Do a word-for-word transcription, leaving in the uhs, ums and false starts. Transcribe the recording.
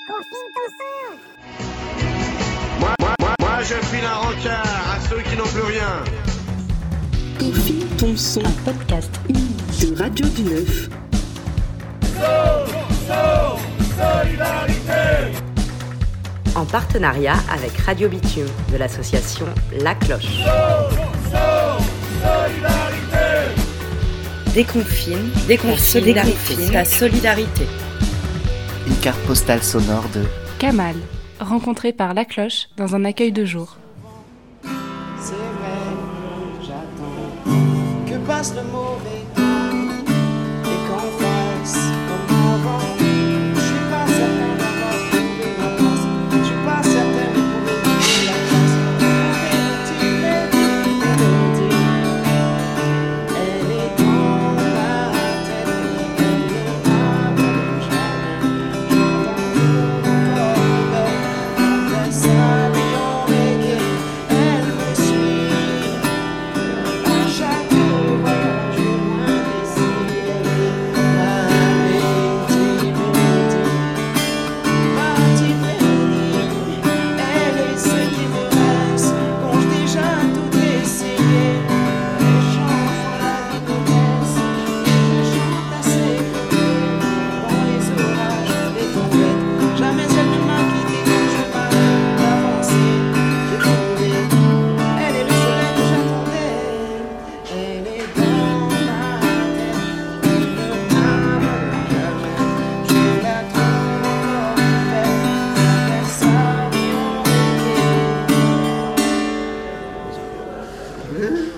Confine ton sang. Moi, moi, moi, moi, je file un rencard à ceux qui n'ont plus rien. Confine ton son. Un podcast unique de Radio du Neuf. So, so, solidarité. En partenariat avec Radio Bitume de l'association La Cloche. So, so, solidarité. Déconfine, déconfine, déconfine ta solidarité. Une carte postale sonore de Kamal, rencontré par La Cloche dans un accueil de jour. C'est vrai, j'attends que passe le mauvais.